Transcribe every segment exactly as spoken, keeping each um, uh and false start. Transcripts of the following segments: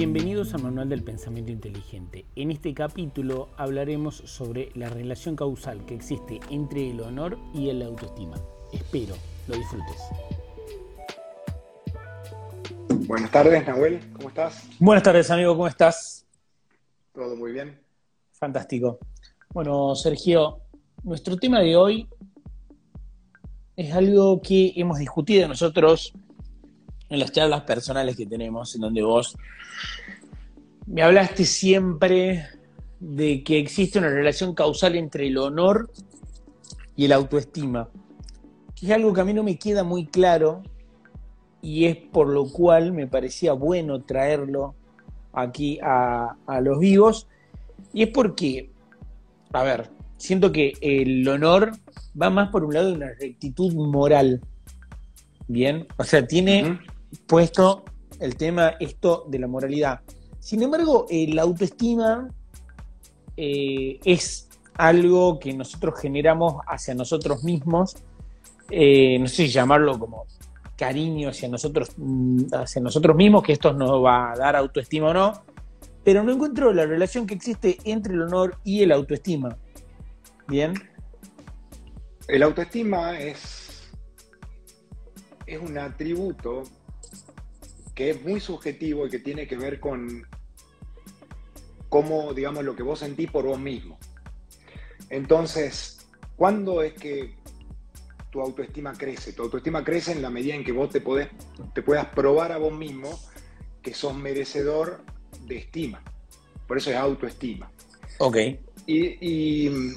Bienvenidos al Manual del Pensamiento Inteligente. En este capítulo hablaremos sobre la relación causal que existe entre el honor y la autoestima. Espero lo disfrutes. Buenas tardes, Nahuel, ¿cómo estás? Buenas tardes, amigo, ¿cómo estás? Todo muy bien. Fantástico. Bueno, Sergio, nuestro tema de hoy es algo que hemos discutido nosotros en las charlas personales que tenemos, en donde vos me hablaste siempre de que existe una relación causal entre el honor y el autoestima, que es algo que a mí no me queda muy claro y es por lo cual me parecía bueno traerlo aquí a, a los vivos, y es porque, a ver, siento que el honor va más por un lado de una rectitud moral, ¿bien? O sea, tiene Uh-huh. puesto el tema esto de la moralidad. Sin embargo, eh, la autoestima eh, es algo que nosotros generamos hacia nosotros mismos, eh, no sé si llamarlo como cariño hacia nosotros, hacia nosotros mismos, que esto nos va a dar autoestima o no, pero no encuentro la relación que existe entre el honor y el autoestima. ¿Bien? El autoestima es, es un atributo que es muy subjetivo y que tiene que ver con cómo, digamos, lo que vos sentís por vos mismo. Entonces, ¿cuándo es que tu autoestima crece? Tu autoestima crece en la medida en que vos te, podés, te puedas probar a vos mismo que sos merecedor de estima. Por eso es autoestima. Ok. Y, y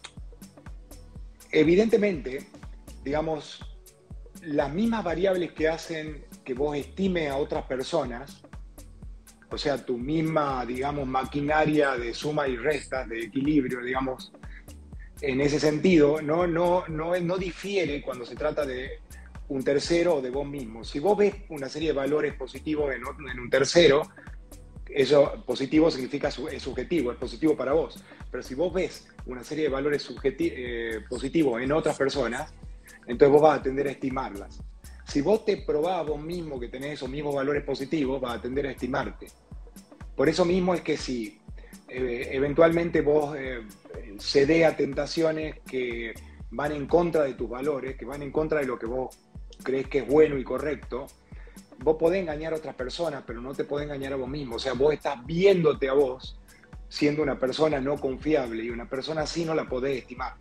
evidentemente, digamos, las mismas variables que hacen que vos estimes a otras personas, o sea, tu misma, digamos, maquinaria de suma y resta, de equilibrio, digamos, en ese sentido, no, no, no, no difiere cuando se trata de un tercero o de vos mismo. Si vos ves una serie de valores positivos en, en un tercero, eso positivo significa su, es subjetivo, es positivo para vos. Pero si vos ves una serie de valores eh, positivos en otras personas, entonces vos vas a tender a estimarlas. Si vos te probás a vos mismo que tenés esos mismos valores positivos, vas a tender a estimarte. Por eso mismo es que si eh, eventualmente vos eh, cedés a tentaciones que van en contra de tus valores, que van en contra de lo que vos crees que es bueno y correcto, vos podés engañar a otras personas, pero no te podés engañar a vos mismo. O sea, vos estás viéndote a vos siendo una persona no confiable, y una persona así no la podés estimar.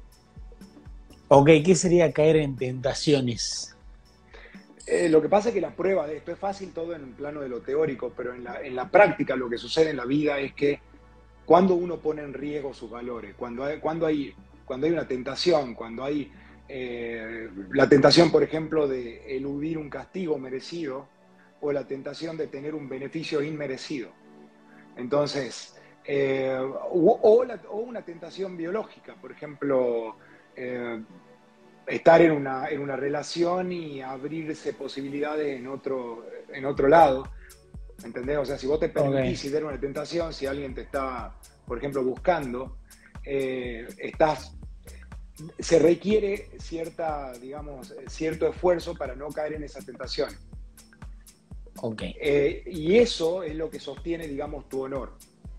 Ok, ¿qué sería caer en tentaciones? Eh, lo que pasa es que la prueba de esto es fácil todo en el plano de lo teórico, pero en la, en la práctica lo que sucede en la vida es que cuando uno pone en riesgo sus valores, cuando hay, cuando hay, cuando hay una tentación, cuando hay eh, la tentación, por ejemplo, de eludir un castigo merecido o la tentación de tener un beneficio inmerecido. Entonces, eh, o, o, la, o una tentación biológica, por ejemplo, eh, estar en una, en una relación y abrirse posibilidades en otro, en otro lado, ¿entendés? O sea, si vos te permitís Okay. ver una tentación, si alguien te está, por ejemplo, buscando, eh, estás, se requiere cierta, digamos, cierto esfuerzo para no caer en esa tentación. Okay. Eh, y eso es lo que sostiene, digamos, tu honor.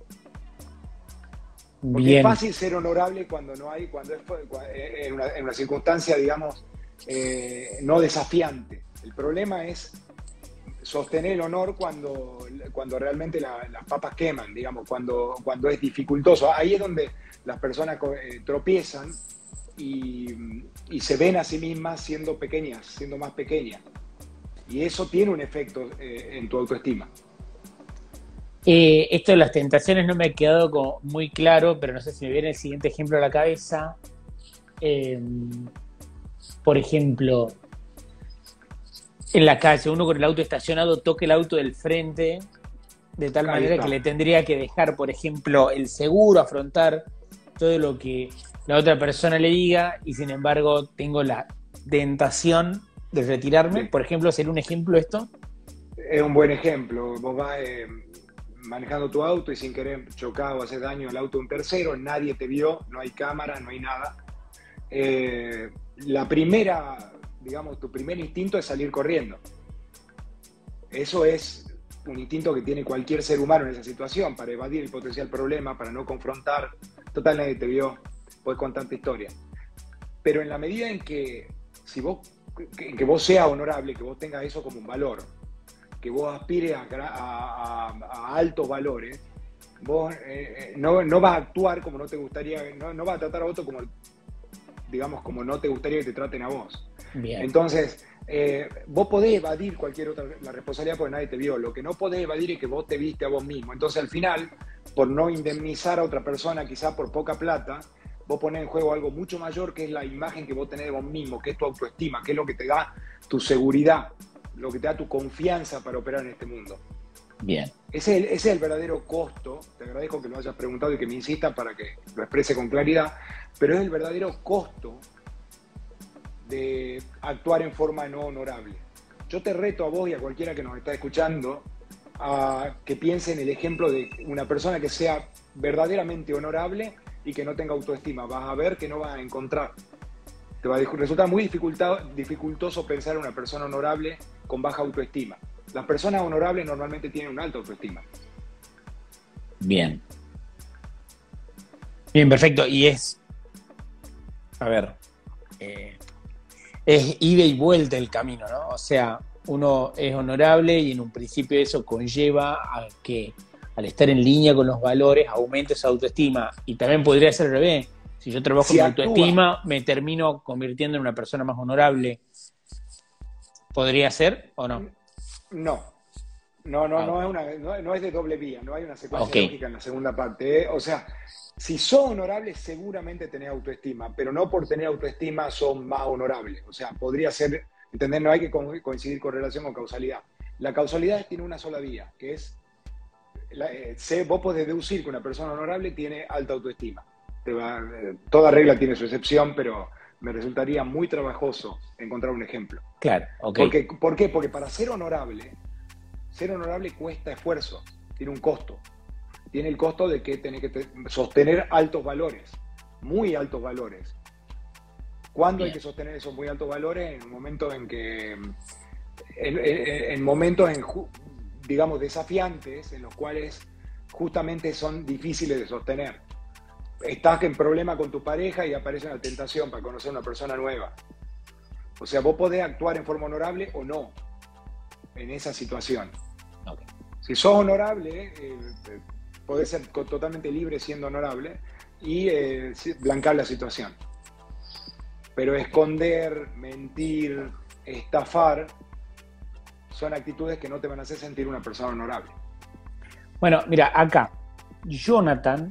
Porque Bien. es fácil ser honorable cuando no hay, cuando es en una, en una circunstancia, digamos, eh, no desafiante. El problema es sostener el honor cuando, cuando realmente la, las papas queman, digamos, cuando, cuando es dificultoso. Ahí es donde las personas eh, tropiezan y, y se ven a sí mismas siendo pequeñas, siendo más pequeñas. Y eso tiene un efecto eh, en tu autoestima. Eh, esto de las tentaciones no me ha quedado como muy claro, pero no sé si me viene el siguiente ejemplo a la cabeza. Eh, por ejemplo, en la calle, uno con el auto estacionado toca el auto del frente de tal Ahí manera está. que le tendría que dejar, por ejemplo, el seguro, afrontar todo lo que la otra persona le diga, y sin embargo tengo la tentación de retirarme. Sí. Por ejemplo, ¿sería un ejemplo esto? Es un buen ejemplo. Vos vas eh, manejando tu auto y sin querer chocar o hacer daño al auto de un tercero, nadie te vio, no hay cámara, no hay nada. Eh, la primera, digamos, tu primer instinto es salir corriendo. Eso es un instinto que tiene cualquier ser humano en esa situación, para evadir el potencial problema, para no confrontar. Total, nadie te vio, puedes contar tu historia. Pero en la medida en que, si vos, que, que vos seas honorable, que vos tengas eso como un valor, que vos aspires a, a, a, a altos valores, vos eh, no, no vas a actuar como no te gustaría, no, no vas a tratar a otro como, digamos, como no te gustaría que te traten a vos. Bien. Entonces, eh, vos podés evadir cualquier otra la responsabilidad porque nadie te vio. Lo que no podés evadir es que vos te viste a vos mismo. Entonces, al final, por no indemnizar a otra persona, quizás por poca plata, vos ponés en juego algo mucho mayor, que es la imagen que vos tenés de vos mismo, que es tu autoestima, que es lo que te da tu seguridad, lo que te da tu confianza para operar en este mundo. Bien. Ese es, el, ese es el verdadero costo. Te agradezco que lo hayas preguntado y que me insistas para que lo exprese con claridad, pero es el verdadero costo de actuar en forma no honorable. Yo te reto a vos y a cualquiera que nos está escuchando a que piense en el ejemplo de una persona que sea verdaderamente honorable y que no tenga autoestima. Vas a ver que no vas a encontrar. Te va a resultar muy dificultoso pensar en una persona honorable con baja autoestima. Las personas honorables normalmente tienen una alta autoestima. Bien. Bien, perfecto. Y es, a ver, eh, es ida y vuelta el camino, ¿no? O sea, uno es honorable y en un principio eso conlleva a que al estar en línea con los valores aumente esa autoestima. Y también podría ser al revés. Si yo trabajo si en actúa, autoestima, me termino convirtiendo en una persona más honorable. ¿Podría ser o no? No. No, no, ah, no, es una, no, no es de doble vía, no hay una secuencia okay. lógica en la segunda parte. ¿eh? O sea, si sos honorable, seguramente tenés autoestima, pero no por tener autoestima sos más honorable. O sea, podría ser, ¿entendés? No hay que coincidir con relación con causalidad. La causalidad tiene una sola vía, que es, la, eh, sé, vos podés deducir que una persona honorable tiene alta autoestima. Te va, eh, toda regla tiene su excepción, pero me resultaría muy trabajoso encontrar un ejemplo. Claro, ok. Porque, ¿por qué? Porque para ser honorable, ser honorable cuesta esfuerzo, tiene un costo. Tiene el costo de que tenés que sostener altos valores, muy altos valores. ¿Cuándo Bien. hay que sostener esos muy altos valores? En un momento en que, en, en, en momentos, en, digamos, desafiantes, en los cuales justamente son difíciles de sostener. Estás en problema con tu pareja y aparece una tentación para conocer a una persona nueva. O sea, vos podés actuar en forma honorable o no en esa situación. Okay. Si sos honorable, eh, podés ser totalmente libre siendo honorable y eh, blancar la situación. Pero okay. esconder, mentir, estafar, son actitudes que no te van a hacer sentir una persona honorable. Bueno, mira, acá, Jonathan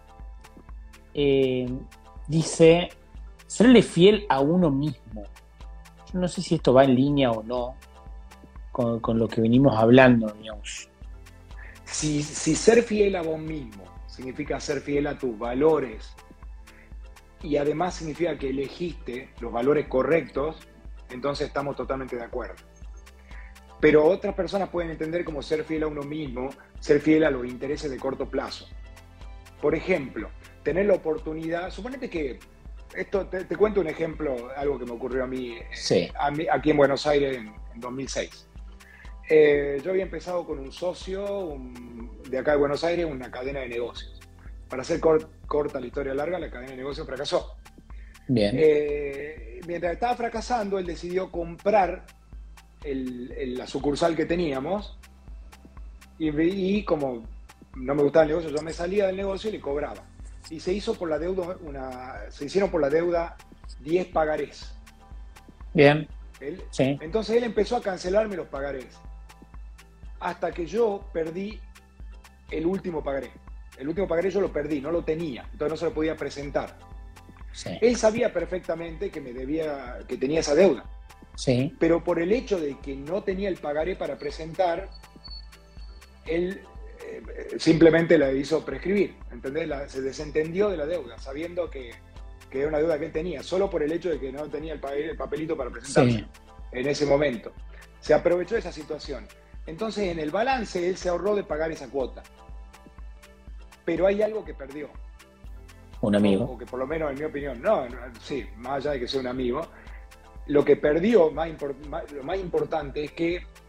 eh, dice, serle fiel a uno mismo. Yo no sé si esto va en línea o no con, con lo que venimos hablando, digamos. Si, si ser fiel a vos mismo significa ser fiel a tus valores y además significa que elegiste los valores correctos, entonces estamos totalmente de acuerdo. Pero otras personas pueden entender como ser fiel a uno mismo, ser fiel a los intereses de corto plazo. Por ejemplo, tener la oportunidad, suponete que, esto te, te cuento un ejemplo, algo que me ocurrió a mí, sí. a mí aquí en Buenos Aires en, en dos mil seis. Eh, yo había empezado con un socio un, de acá de Buenos Aires, una cadena de negocios. Para hacer cort, corta la historia larga, la cadena de negocios fracasó. Bien. Eh, mientras estaba fracasando, él decidió comprar el, el, la sucursal que teníamos y, y como no me gustaba el negocio, yo me salía del negocio y le cobraba. Y se hizo por la deuda, una, se hicieron por la deuda diez pagarés. Bien. Él, sí. Entonces él empezó a cancelarme los pagarés. Hasta que yo perdí el último pagaré. El último pagaré yo lo perdí, no lo tenía, entonces no se lo podía presentar. Sí. Él sabía perfectamente que me debía, que tenía esa deuda. Sí. Pero por el hecho de que no tenía el pagaré para presentar, él eh, simplemente la hizo prescribir, ¿entendés? La, se desentendió de la deuda, sabiendo que, que era una deuda que él tenía, solo por el hecho de que no tenía el, el papelito para presentarse sí. en ese momento. Se aprovechó de esa situación. Entonces, en el balance, él se ahorró de pagar esa cuota. Pero hay algo que perdió. Un amigo. O, o que por lo menos, en mi opinión, no, no, sí, más allá de que sea un amigo, lo que perdió, más import, más, lo más importante es que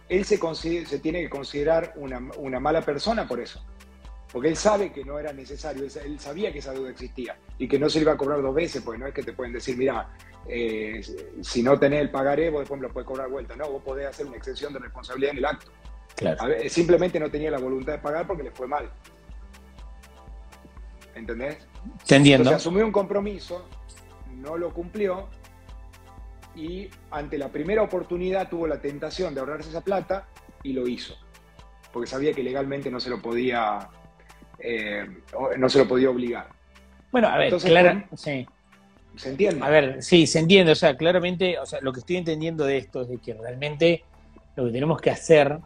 él se, se tiene que considerar una, una mala persona por eso. Porque él sabe que no era necesario, él sabía que esa deuda existía y que no se le iba a cobrar dos veces, porque no es que te pueden decir, mira, eh, si no tenés el pagaré, vos después me lo podés cobrar vuelta. No, vos podés hacer una exención de responsabilidad en el acto. Claro. A ver, simplemente no tenía la voluntad de pagar porque le fue mal. ¿Entendés? Te entiendo. Entonces asumió un compromiso, no lo cumplió y ante la primera oportunidad tuvo la tentación de ahorrarse esa plata y lo hizo. Porque sabía que legalmente no se lo podía... Eh, no se lo podía obligar. Bueno, a ver, Entonces, clara, sí. ¿Se entiende? A ver, sí, se entiende. O sea, claramente, o sea, lo que estoy entendiendo de esto es de que realmente lo que tenemos que hacer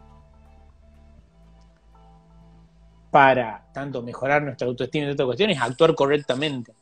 para tanto mejorar nuestra autoestima y otras cuestiones es actuar correctamente.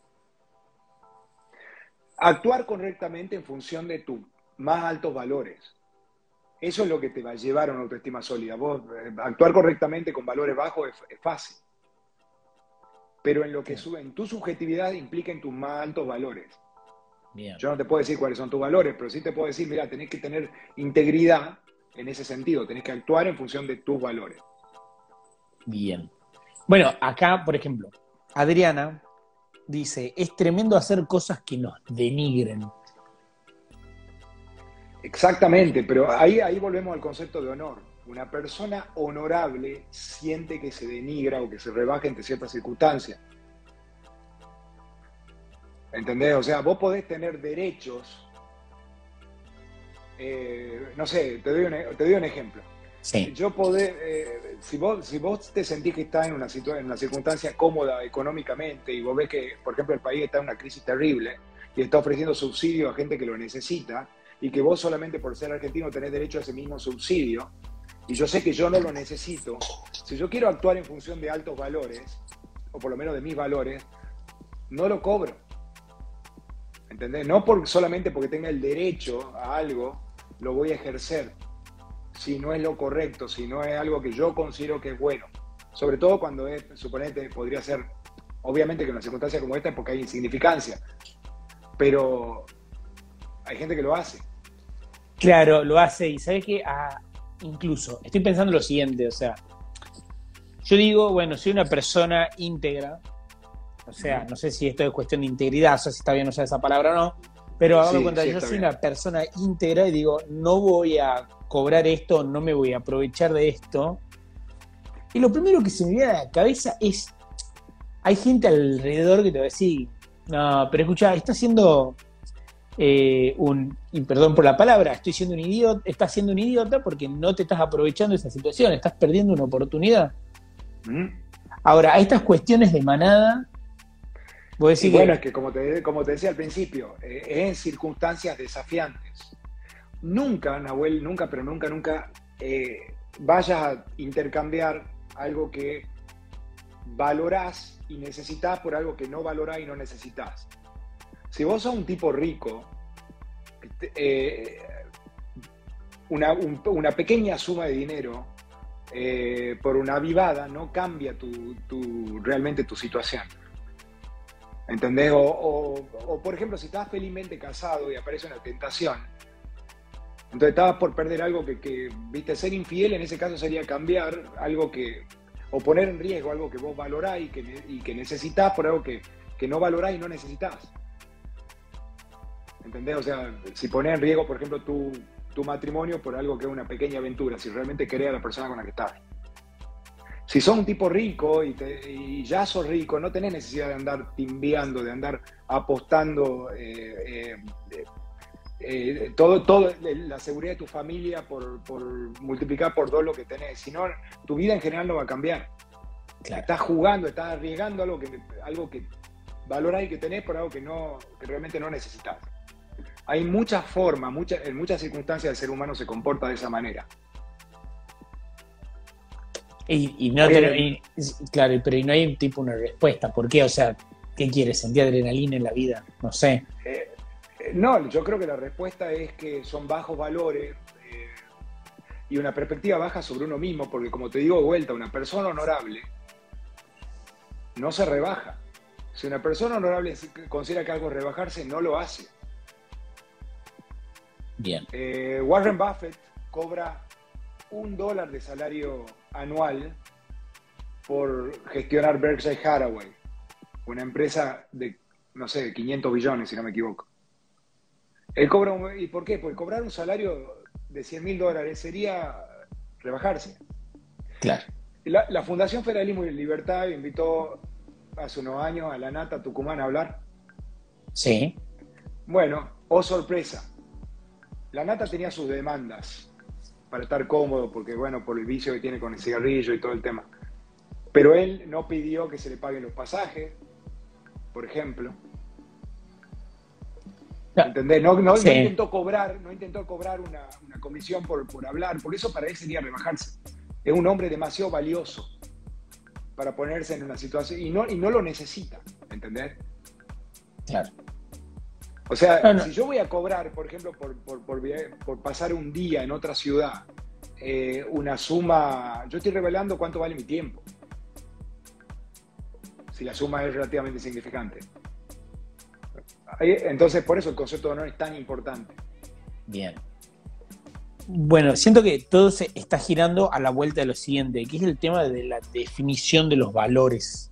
Actuar correctamente en función de tus más altos valores. Eso es lo que te va a llevar a una autoestima sólida. Vos, eh, actuar correctamente con valores bajos es, es fácil. Pero en lo que Sí. en tu subjetividad implica en tus más altos valores. Bien. Yo no te puedo decir cuáles son tus valores, pero sí te puedo decir, mira, tenés que tener integridad en ese sentido, tenés que actuar en función de tus valores. Bien. Bueno, acá, por ejemplo, Adriana dice, es tremendo hacer cosas que nos denigren. Exactamente, pero ahí, ahí volvemos al concepto de honor. Una persona honorable siente que se denigra o que se rebaja ante ciertas circunstancias. ¿Entendés? O sea, vos podés tener derechos. Eh, no sé, te doy un, te doy un ejemplo. Sí. Yo podés, eh, si, vos, si vos te sentís que estás en una, en una circunstancia cómoda económicamente y vos ves que, por ejemplo, el país está en una crisis terrible y está ofreciendo subsidio a gente que lo necesita y que vos solamente por ser argentino tenés derecho a ese mismo subsidio, y yo sé que yo no lo necesito, si yo quiero actuar en función de altos valores, o por lo menos de mis valores, no lo cobro. ¿Entendés? No por, solamente porque tenga el derecho a algo, lo voy a ejercer, si no es lo correcto, si no es algo que yo considero que es bueno. Sobre todo cuando es, suponete, podría ser, obviamente que en una circunstancia como esta es porque hay insignificancia, pero hay gente que lo hace. Claro, lo hace y ¿sabes qué? Ah, incluso, estoy pensando lo siguiente, o sea, yo digo, bueno, soy una persona íntegra, o sea, no sé si esto es cuestión de integridad, no sé si está bien usar esa palabra o no, pero hagamos Sí, cuenta, sí, yo soy bien. una persona íntegra y digo, no voy a cobrar esto, no me voy a aprovechar de esto. Y lo primero que se me viene a la cabeza es, hay gente alrededor que te va a decir, no, pero escucha, está haciendo eh, un, y perdón por la palabra, estoy siendo un idiota, estás siendo un idiota porque no te estás aprovechando de esa situación, estás perdiendo una oportunidad. ¿Mm? Ahora, a estas cuestiones de manada, voy a decir Y bueno, que, es que como te, como te decía al principio, eh, es en circunstancias desafiantes. Nunca, Nahuel, nunca, pero nunca, nunca eh, vayas a intercambiar algo que valorás y necesitas por algo que no valorás y no necesitas. Si vos sos un tipo rico, eh, una, un, una pequeña suma de dinero eh, por una avivada no cambia tu, tu, realmente tu situación. ¿Entendés? O, o, o, por ejemplo, si estás felizmente casado y aparece una tentación, entonces estabas por perder algo que, que, viste, ser infiel en ese caso sería cambiar algo que, o poner en riesgo algo que vos valorás y que, y que necesitás por algo que, que no valorás y no necesitás. ¿Entendés? O sea, si pones en riesgo, por ejemplo, tu, tu matrimonio por algo que es una pequeña aventura, si realmente querés a la persona con la que estás. Si sos un tipo rico y, te, y ya sos rico, no tenés necesidad de andar timbeando, de andar apostando eh, eh, eh, todo, todo la seguridad de tu familia por, por multiplicar por dos lo que tenés. Si no, tu vida en general no va a cambiar. Claro. Estás jugando, estás arriesgando algo que, algo que valorás y que tenés por algo que, no, que realmente no necesitas. Hay muchas formas, muchas, en muchas circunstancias el ser humano se comporta de esa manera. Y, y no tener, y, claro, pero y no hay tipo una respuesta. ¿Por qué? O sea, ¿qué quieres? ¿Sentir adrenalina en la vida? No sé. Eh, eh, no, yo creo que la respuesta es que son bajos valores eh, y una perspectiva baja sobre uno mismo, porque como te digo de vuelta, una persona honorable no se rebaja. Si una persona honorable considera que algo es rebajarse, no lo hace. Bien. Eh, Warren Buffett cobra un dólar de salario anual por gestionar Berkshire Hathaway, una empresa de, no sé, quinientos billones, si no me equivoco. Él cobra un, ¿y por qué? Porque cobrar un salario de cien mil dólares sería rebajarse. Claro. La, la Fundación Federalismo y Libertad invitó hace unos años a la Nata Tucumán a hablar. Sí. Bueno, oh sorpresa, la Nata tenía sus demandas para estar cómodo, porque bueno, por el vicio que tiene con el cigarrillo y todo el tema. Pero él no pidió que se le paguen los pasajes, por ejemplo. No. ¿Entendés? No, no, Sí. no intentó cobrar, no intentó cobrar una, una comisión por, por hablar, por eso para él sería rebajarse. Es un hombre demasiado valioso para ponerse en una situación, y no, y no lo necesita, ¿entendés? Claro. O sea, no, no. si yo voy a cobrar, por ejemplo, por, por, por, por pasar un día en otra ciudad, eh, una suma, yo estoy revelando cuánto vale mi tiempo, si la suma es relativamente significante. Entonces, por eso el concepto de honor es tan importante. Bien. Bueno, siento que todo se está girando a la vuelta de lo siguiente, que es el tema de la definición de los valores.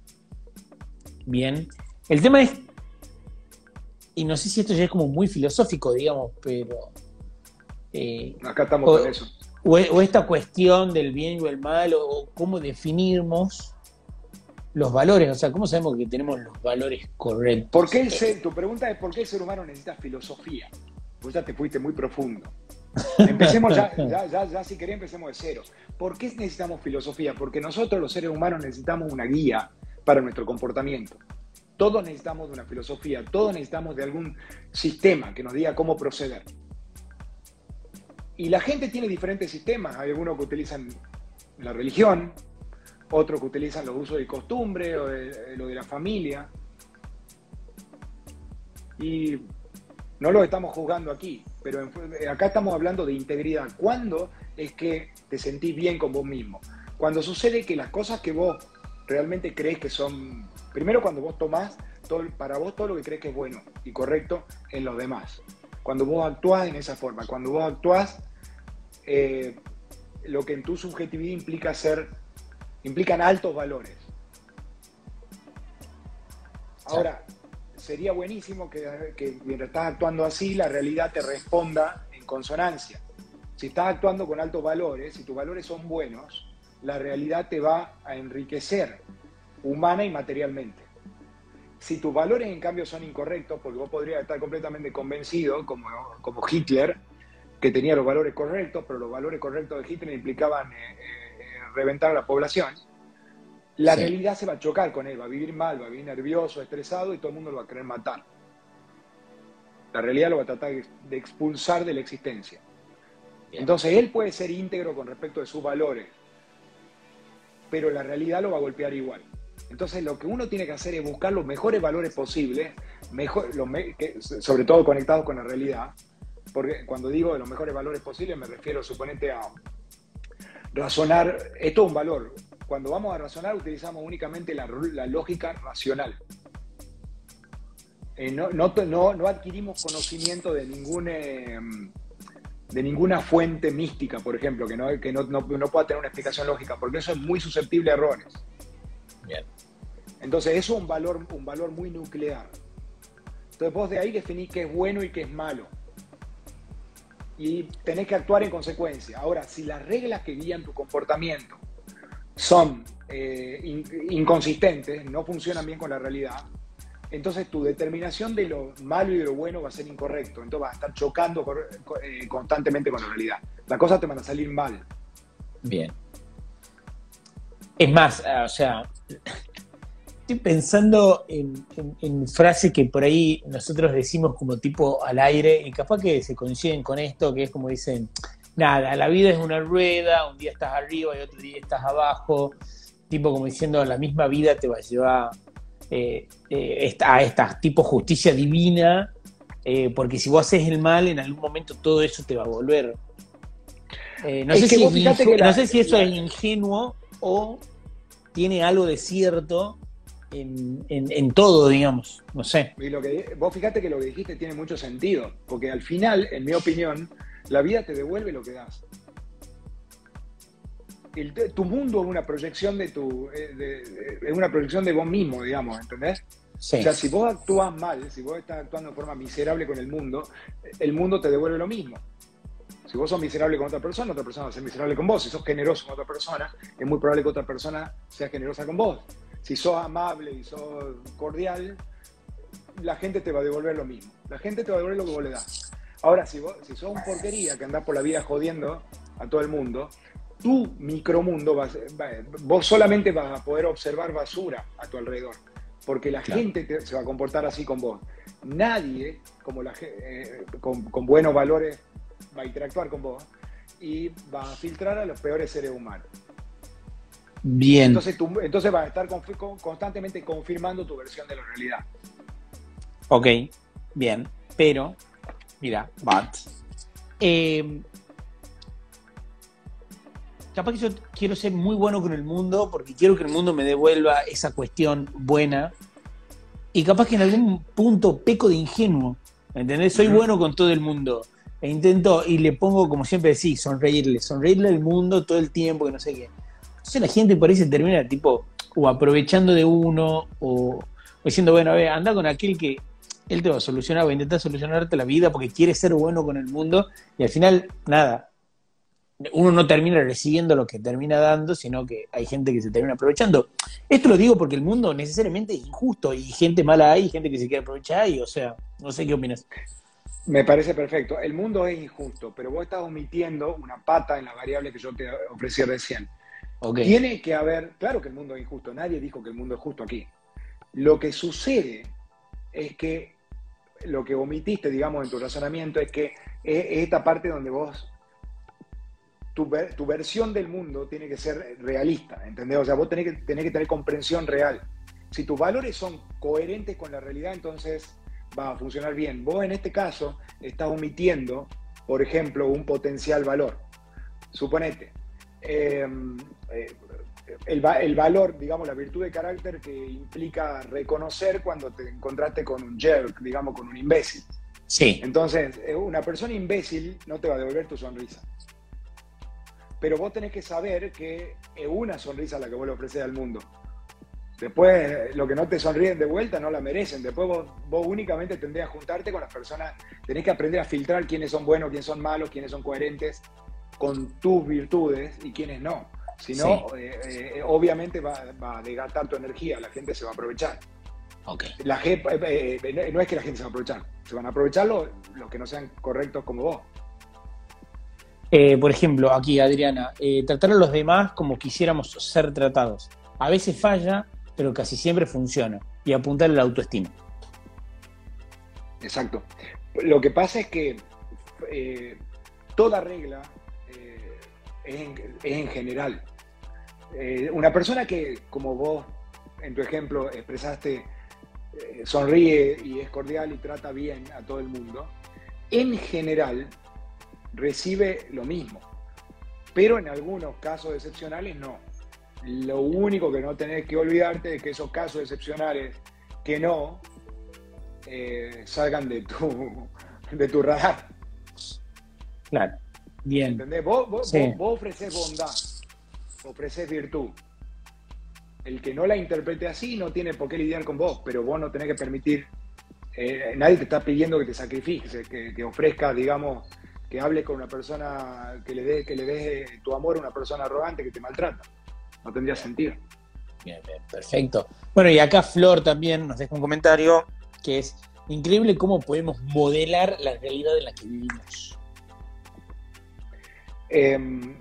Bien. El tema es, y no sé si esto ya es como muy filosófico, digamos, pero... Eh, Acá estamos o, con eso. O, o esta cuestión del bien y el mal, o, o cómo definimos los valores, o sea, ¿cómo sabemos que tenemos los valores correctos? ¿Por qué el ser, tu pregunta es por qué el ser humano necesita filosofía. Vos ya te fuiste muy profundo. Empecemos ya, ya, ya, ya si querés empecemos de cero. ¿Por qué necesitamos filosofía? Porque nosotros los seres humanos necesitamos una guía para nuestro comportamiento. Todos necesitamos de una filosofía, todos necesitamos de algún sistema que nos diga cómo proceder. Y la gente tiene diferentes sistemas. Hay algunos que utilizan la religión, otros que utilizan los usos y costumbres, o de, lo de la familia. Y no lo estamos juzgando aquí, pero en, acá estamos hablando de integridad. ¿Cuándo es que te sentís bien con vos mismo? Cuando sucede que las cosas que vos realmente crees que son... Primero, cuando vos tomás todo, para vos todo lo que crees que es bueno y correcto en los demás. Cuando vos actuás en esa forma, cuando vos actuás eh, lo que en tu subjetividad implica ser, implican altos valores. Ahora, sería buenísimo que, que mientras estás actuando así, la realidad te responda en consonancia. Si estás actuando con altos valores, si tus valores son buenos, la realidad te va a enriquecer humana y materialmente. Si tus valores en cambio son incorrectos, porque vos podrías estar completamente convencido, como, como Hitler, que tenía los valores correctos, pero los valores correctos de Hitler implicaban eh, eh, reventar a la población, la sí. realidad se va a chocar con él, va a vivir mal, va a vivir nervioso, estresado, y todo el mundo lo va a querer matar. La realidad lo va a tratar de expulsar de la existencia. Bien. Entonces él puede ser íntegro con respecto de sus valores, pero la realidad lo va a golpear igual. Entonces lo que uno tiene que hacer es buscar los mejores valores posibles, mejor, los me, que, sobre todo conectados con la realidad, porque cuando digo de los mejores valores posibles me refiero, suponete, a razonar. Esto es un valor. Cuando vamos a razonar utilizamos únicamente la, la lógica racional. Eh, no, no, no, no adquirimos conocimiento de ningún... Eh, de ninguna fuente mística, por ejemplo, que, no, que no, no, no pueda tener una explicación lógica, porque eso es muy susceptible a errores. Bien. Entonces eso es un valor, un valor muy nuclear. Entonces vos de ahí definís qué es bueno y qué es malo. Y tenés que actuar en consecuencia. Ahora, si las reglas que guían tu comportamiento son eh, in, inconsistentes, no funcionan bien con la realidad, entonces tu determinación de lo malo y de lo bueno va a ser incorrecto. Entonces vas a estar chocando eh, constantemente con la realidad. Las cosas te van a salir mal. Bien. Es más, o sea, estoy pensando en, en, en frases que por ahí nosotros decimos como tipo al aire, y capaz que se coinciden con esto, que es como dicen, nada, la vida es una rueda, un día estás arriba y otro día estás abajo, tipo como diciendo, la misma vida te va a llevar... Eh, eh, a esta tipo justicia divina, eh, porque si vos haces el mal en algún momento todo eso te va a volver. Eh, no, sé si es ingenuo, la, no sé si eso la, es ingenuo o tiene algo de cierto en, en, en todo, digamos, no sé. Y lo que, vos fíjate que lo que dijiste tiene mucho sentido, porque al final, en mi opinión, la vida te devuelve lo que das. el, tu mundo es una proyección de tu, eh, de, de, es una proyección de vos mismo, digamos, ¿entendés? Sí. O sea, si vos actúas mal, si vos estás actuando de forma miserable con el mundo, el mundo te devuelve lo mismo. Si vos sos miserable con otra persona, otra persona va a ser miserable con vos. Si sos generoso con otra persona, es muy probable que otra persona sea generosa con vos. Si sos amable y sos cordial, la gente te va a devolver lo mismo. La gente te va a devolver lo que vos le das. Ahora, si, vos, si sos un porquería que andás por la vida jodiendo a todo el mundo, tu micromundo, va, va, vos solamente vas a poder observar basura a tu alrededor, porque la claro. gente te, se va a comportar así con vos. Nadie como la, eh, con, con buenos valores va a interactuar con vos y va a filtrar a los peores seres humanos. Bien. Entonces, tú, entonces vas a estar con, con, constantemente confirmando tu versión de la realidad. Ok, bien, pero, mira, but, eh, capaz que yo quiero ser muy bueno con el mundo porque quiero que el mundo me devuelva esa cuestión buena y capaz que en algún punto peco de ingenuo, ¿entendés? Soy uh-huh. bueno con todo el mundo e intento y le pongo, como siempre decís, sonreírle, sonreírle al mundo todo el tiempo, que no sé qué. Entonces la gente por ahí se termina tipo o aprovechando de uno o, o diciendo, bueno, a ver, anda con aquel que él te va a solucionar, va a intentar solucionarte la vida porque quiere ser bueno con el mundo y al final, nada, uno no termina recibiendo lo que termina dando, sino que hay gente que se termina aprovechando. Esto lo digo porque el mundo necesariamente es injusto y gente mala hay, y gente que se quiere aprovechar y, o sea, no sé qué opinas. Me parece perfecto. El mundo es injusto, pero vos estás omitiendo una pata en la variable que yo te ofrecí recién. Okay. Tiene que haber, claro que el mundo es injusto, nadie dijo que el mundo es justo aquí. Lo que sucede es que lo que omitiste, digamos, en tu razonamiento es que es esta parte donde vos, tu, tu versión del mundo tiene que ser realista, ¿entendés? O sea, vos tenés que, tenés que tener comprensión real. Si tus valores son coherentes con la realidad, entonces va a funcionar bien. Vos en este caso estás omitiendo, por ejemplo, un potencial valor. Suponete, eh, eh, el, el valor, digamos, la virtud de carácter que implica reconocer cuando te encontraste con un jerk, digamos, con un imbécil. Sí. Entonces, una persona imbécil no te va a devolver tu sonrisa. Pero vos tenés que saber que es una sonrisa la que vos le ofreces al mundo. Después, lo que no te sonríen de vuelta no la merecen. Después vos, vos únicamente tendrías que juntarte con las personas. Tenés que aprender a filtrar quiénes son buenos, quiénes son malos, quiénes son coherentes con tus virtudes y quiénes no. Si no, sí. eh, eh, obviamente va, va a desgastar tu energía, la gente se va a aprovechar. Okay. La gente, eh, eh, no es que la gente se va a aprovechar, se van a aprovechar los, los que no sean correctos como vos. Eh, por ejemplo, aquí Adriana, eh, tratar a los demás como quisiéramos ser tratados. A veces falla, pero casi siempre funciona. Y apuntar a la autoestima. Exacto. Lo que pasa es que eh, toda regla eh, es, en, es en general. Eh, una persona que, como vos en tu ejemplo expresaste, eh, sonríe y es cordial y trata bien a todo el mundo, en general recibe lo mismo, pero en algunos casos excepcionales no. Lo único que no tenés que olvidarte es que esos casos excepcionales que no eh, salgan de tu, de tu radar. Claro, bien. ¿Entendés? Vos, vos, sí. vos, vos ofrecés bondad, ofrecés virtud. El que no la interprete así no tiene por qué lidiar con vos, pero vos no tenés que permitir, eh, nadie te está pidiendo que te sacrifiques, que, que ofrezcas, digamos, que hables con una persona, que le des que le des tu amor a una persona arrogante que te maltrata. No tendría sentido. Bien, bien, perfecto. Bueno, y acá Flor también nos deja un comentario que es increíble cómo podemos modelar la realidad en la que vivimos. Eh,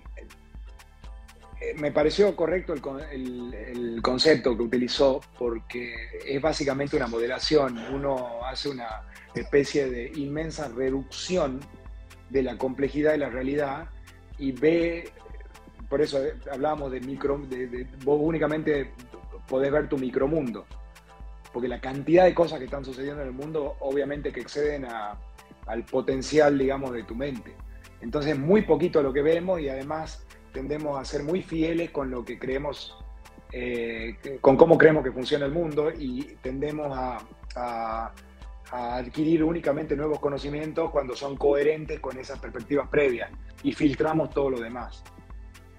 me pareció correcto el, el, el concepto que utilizó porque es básicamente una modelación. Uno hace una especie de inmensa reducción de la complejidad de la realidad y ve, por eso hablábamos de micro, de, de, vos únicamente podés ver tu micromundo, porque la cantidad de cosas que están sucediendo en el mundo obviamente que exceden a, al potencial, digamos, de tu mente. Entonces muy poquito lo que vemos y además tendemos a ser muy fieles con lo que creemos, eh, con cómo creemos que funciona el mundo y tendemos a, a a adquirir únicamente nuevos conocimientos cuando son coherentes con esas perspectivas previas y filtramos todo lo demás.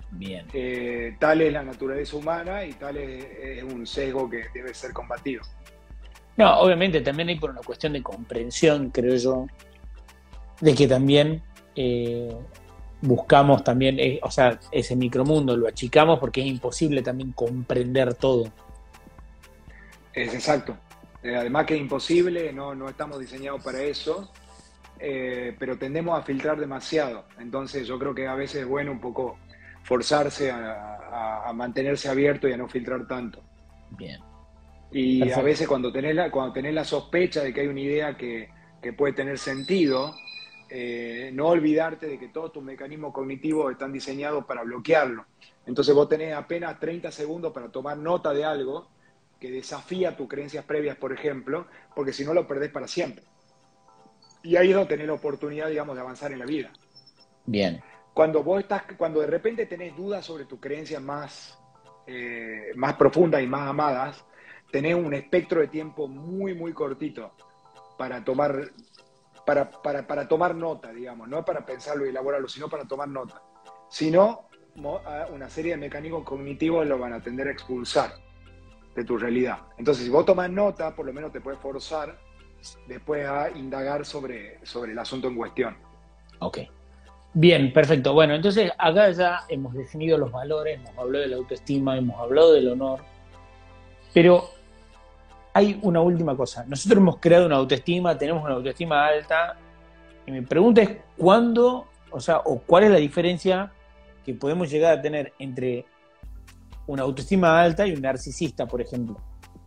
Bien. Eh, tal es la naturaleza humana y tal es, es un sesgo que debe ser combatido. No, obviamente también hay por una cuestión de comprensión, creo yo, de que también eh, buscamos también, eh, o sea, ese micromundo lo achicamos porque es imposible también comprender todo. Es exacto. Eh, además que es imposible, no, no estamos diseñados para eso, eh, pero tendemos a filtrar demasiado. Entonces yo creo que a veces es bueno un poco forzarse a, a, a mantenerse abierto y a no filtrar tanto. Bien, Y a perfecto. veces cuando tenés la, cuando tenés la sospecha de que hay una idea que, que puede tener sentido, eh, no olvidarte de que todos tus mecanismos cognitivos están diseñados para bloquearlo. Entonces vos tenés apenas treinta segundos para tomar nota de algo que desafía tus creencias previas, por ejemplo, porque si no lo perdés para siempre. Y ahí es donde tenés la oportunidad, digamos, de avanzar en la vida. Bien, Cuando vos estás, cuando de repente tenés dudas sobre tus creencias más, eh, más profundas y más amadas, tenés un espectro de tiempo muy, muy cortito para tomar, para, para, para tomar nota, digamos, no para pensarlo y elaborarlo, sino para tomar nota. Si no, una serie de mecanismos cognitivos lo van a tender a expulsar de tu realidad. Entonces, si vos tomás nota, por lo menos te puedes forzar después a indagar sobre, sobre el asunto en cuestión. ok. Bien, perfecto. Bueno, entonces acá ya hemos definido los valores, hemos hablado de la autoestima, hemos hablado del honor, pero hay una última cosa. Nosotros hemos creado una autoestima, tenemos una autoestima alta, y mi pregunta es cuándo, o sea, o cuál es la diferencia que podemos llegar a tener entre una autoestima alta y un narcisista, por ejemplo.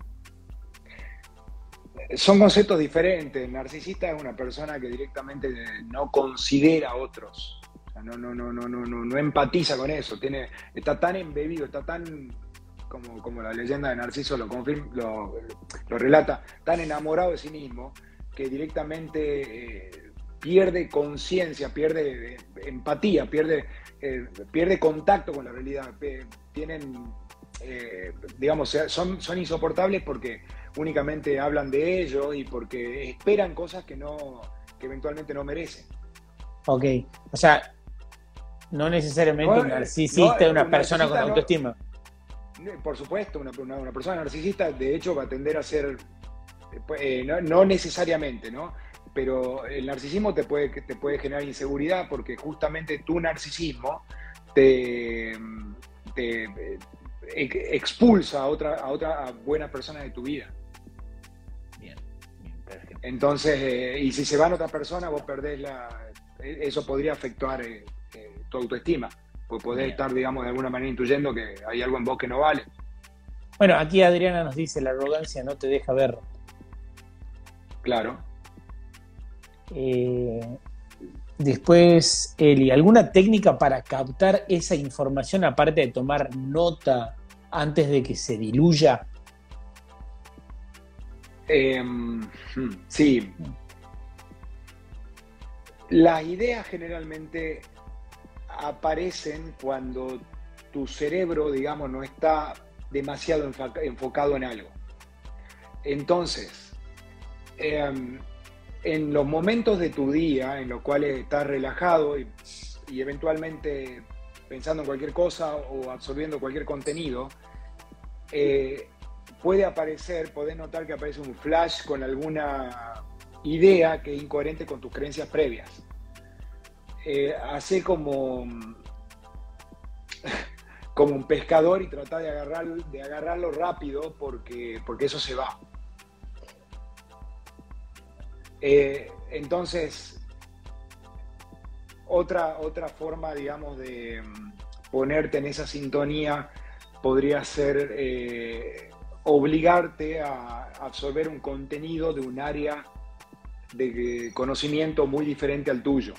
Son conceptos diferentes. El narcisista es una persona que directamente no considera a otros. O sea, no, no, no, no, no, no, no empatiza con eso. Tiene, está tan embebido, está tan, como, como la leyenda de Narciso lo, confirma, lo, lo relata, tan enamorado de sí mismo que directamente eh, pierde conciencia, pierde eh, empatía, pierde, eh, pierde contacto con la realidad. Eh, tienen, eh, digamos, son, son insoportables porque únicamente hablan de ellos y porque esperan cosas que no, que eventualmente no merecen. Ok, o sea, no necesariamente No, un no, narcisista es una un persona con narcisista no, autoestima. por supuesto, una, una, una persona narcisista de hecho va a tender a ser, eh, no, no necesariamente, ¿no? Pero el narcisismo te puede, te puede generar inseguridad porque justamente tu narcisismo te, te eh, expulsa a otra, a otra a buena persona de tu vida. Bien, bien, perfecto. Entonces, eh, y si se van otra persona, vos perdés la... Eso podría afectar eh, eh, tu autoestima, pues podés Bien. estar, digamos, de alguna manera intuyendo que hay algo en vos que no vale. Bueno, aquí Adriana nos dice, la arrogancia no te deja ver. Claro. Eh, después, Eli, ¿alguna técnica para captar esa información aparte de tomar nota antes de que se diluya? Eh, sí. Las ideas generalmente aparecen cuando tu cerebro, digamos, no está demasiado enfocado en algo. Entonces, eh, en los momentos de tu día en los cuales estás relajado y, y eventualmente pensando en cualquier cosa o absorbiendo cualquier contenido, eh, puede aparecer, podés notar que aparece un flash con alguna idea que es incoherente con tus creencias previas. Eh, hace como, como un pescador y tratar de, agarrar, de agarrarlo rápido porque, porque eso se va. Eh, entonces, otra, otra forma, digamos, de ponerte en esa sintonía podría ser eh, obligarte a absorber un contenido de un área de conocimiento muy diferente al tuyo.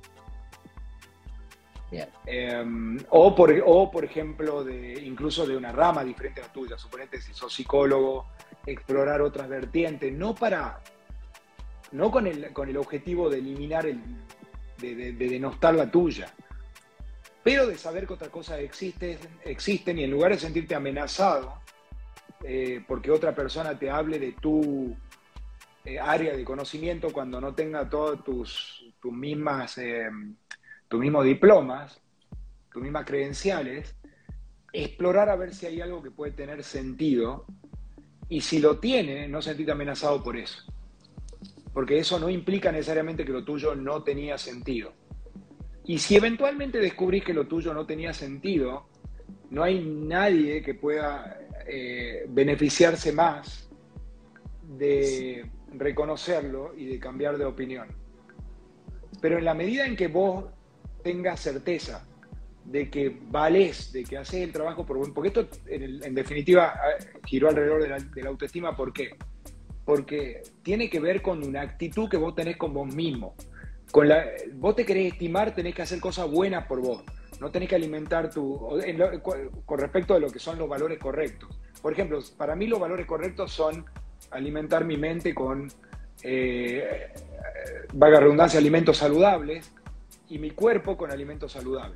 Bien. Eh, o, por, o, por ejemplo, de, incluso de una rama diferente a la tuya. Suponete si sos psicólogo, explorar otras vertientes, no para... no con el, con el objetivo de eliminar, el, de, de, de denostar la tuya, pero de saber que otras cosas existen, existen y en lugar de sentirte amenazado eh, porque otra persona te hable de tu eh, área de conocimiento cuando no tenga todos tus, tus, mismas, eh, tus mismos diplomas, tus mismas credenciales, explorar a ver si hay algo que puede tener sentido, y si lo tiene, no sentirte amenazado por eso. Porque eso no implica necesariamente que lo tuyo no tenía sentido. Y si eventualmente descubrís que lo tuyo no tenía sentido, no hay nadie que pueda eh, beneficiarse más de reconocerlo y de cambiar de opinión. Pero en la medida en que vos tengas certeza de que valés, de que haces el trabajo por vos, porque esto en, en definitiva giró alrededor de la, de la autoestima, ¿por qué? Porque tiene que ver con una actitud que vos tenés con vos mismo. Con la, vos te querés estimar, tenés que hacer cosas buenas por vos. No tenés que alimentar tu... En lo, con respecto a lo que son los valores correctos. Por ejemplo, para mí los valores correctos son alimentar mi mente con, eh, valga redundancia, alimentos saludables, y mi cuerpo con alimentos saludables.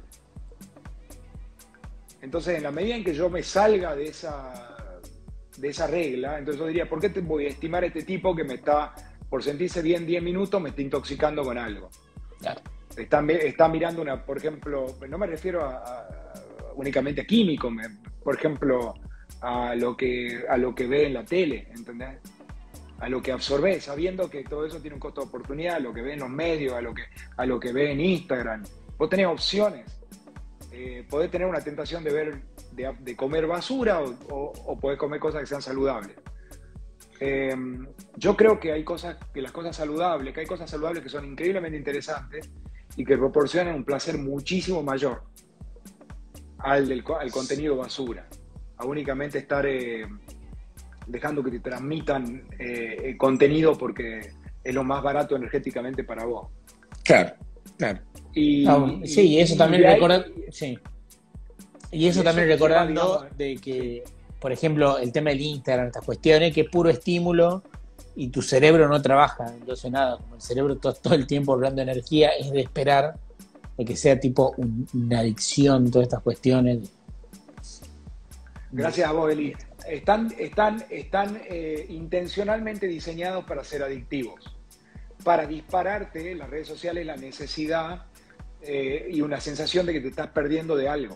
Entonces, en la medida en que yo me salga de esa, de esa regla, entonces yo diría, ¿por qué te voy a estimar a este tipo que me está, por sentirse bien diez minutos, me está intoxicando con algo? Claro. Está, está mirando una, por ejemplo, no me refiero a, a, únicamente a químicos, me, por ejemplo, a lo, que, a lo que ve en la tele, ¿entendés? A lo que absorbe, sabiendo que todo eso tiene un costo de oportunidad, a lo que ve en los medios, a lo que, a lo que ve en Instagram. Vos tenés opciones. Eh, podés tener una tentación de ver, de, de comer basura, o, o, o podés comer cosas que sean saludables. Eh, yo creo que hay cosas, que las cosas saludables, que hay cosas saludables que son increíblemente interesantes y que proporcionan un placer muchísimo mayor al, del, al contenido basura, a únicamente estar eh, dejando que te transmitan eh, contenido porque es lo más barato energéticamente para vos. Claro, claro. Y, no, y, sí, y eso y también ahí, recuerda, sí. Y eso y también eso recordando digamos, de que, por ejemplo, el tema del Instagram, estas cuestiones, que es puro estímulo y tu cerebro no trabaja. Entonces, nada, como el cerebro todo, todo el tiempo hablando de energía, es de esperar de que sea tipo un, una adicción, todas estas cuestiones. Gracias a vos, Eli. Están, están, están eh, intencionalmente diseñados para ser adictivos, para dispararte las redes sociales la necesidad eh, y una sensación de que te estás perdiendo de algo.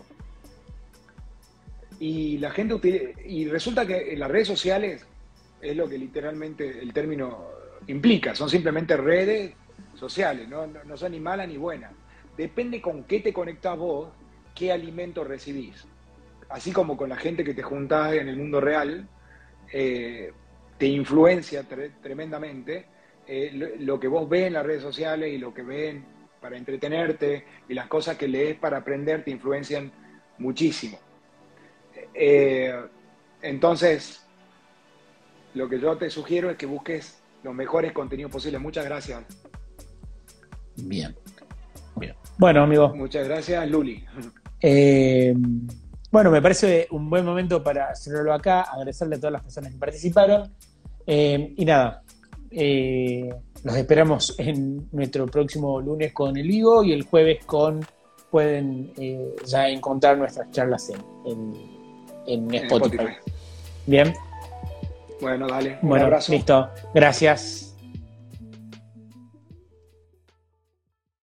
Y la gente utiliza, y resulta que en las redes sociales es lo que literalmente el término implica, son simplemente redes sociales, no, no, no son ni malas ni buenas. Depende con qué te conectás vos, qué alimento recibís. Así como con la gente que te juntás en el mundo real, eh, te influencia tre tremendamente eh, lo, lo que vos ves en las redes sociales y lo que ven para entretenerte y las cosas que lees para aprender te influencian muchísimo. Eh, entonces, lo que yo te sugiero es que busques los mejores contenidos posibles. Muchas gracias. Bien. Bien. Bueno, amigo. Muchas gracias, Luli. Eh, bueno, me parece un buen momento para cerrarlo acá, agradecerle a todas las personas que participaron. Eh, y nada, eh, los esperamos en nuestro próximo lunes con el Vigo y el jueves con, pueden eh, ya encontrar nuestras charlas en, en, en Spotify. Spotify. Bien. Bueno, dale. Un Bueno, abrazo. listo. Gracias.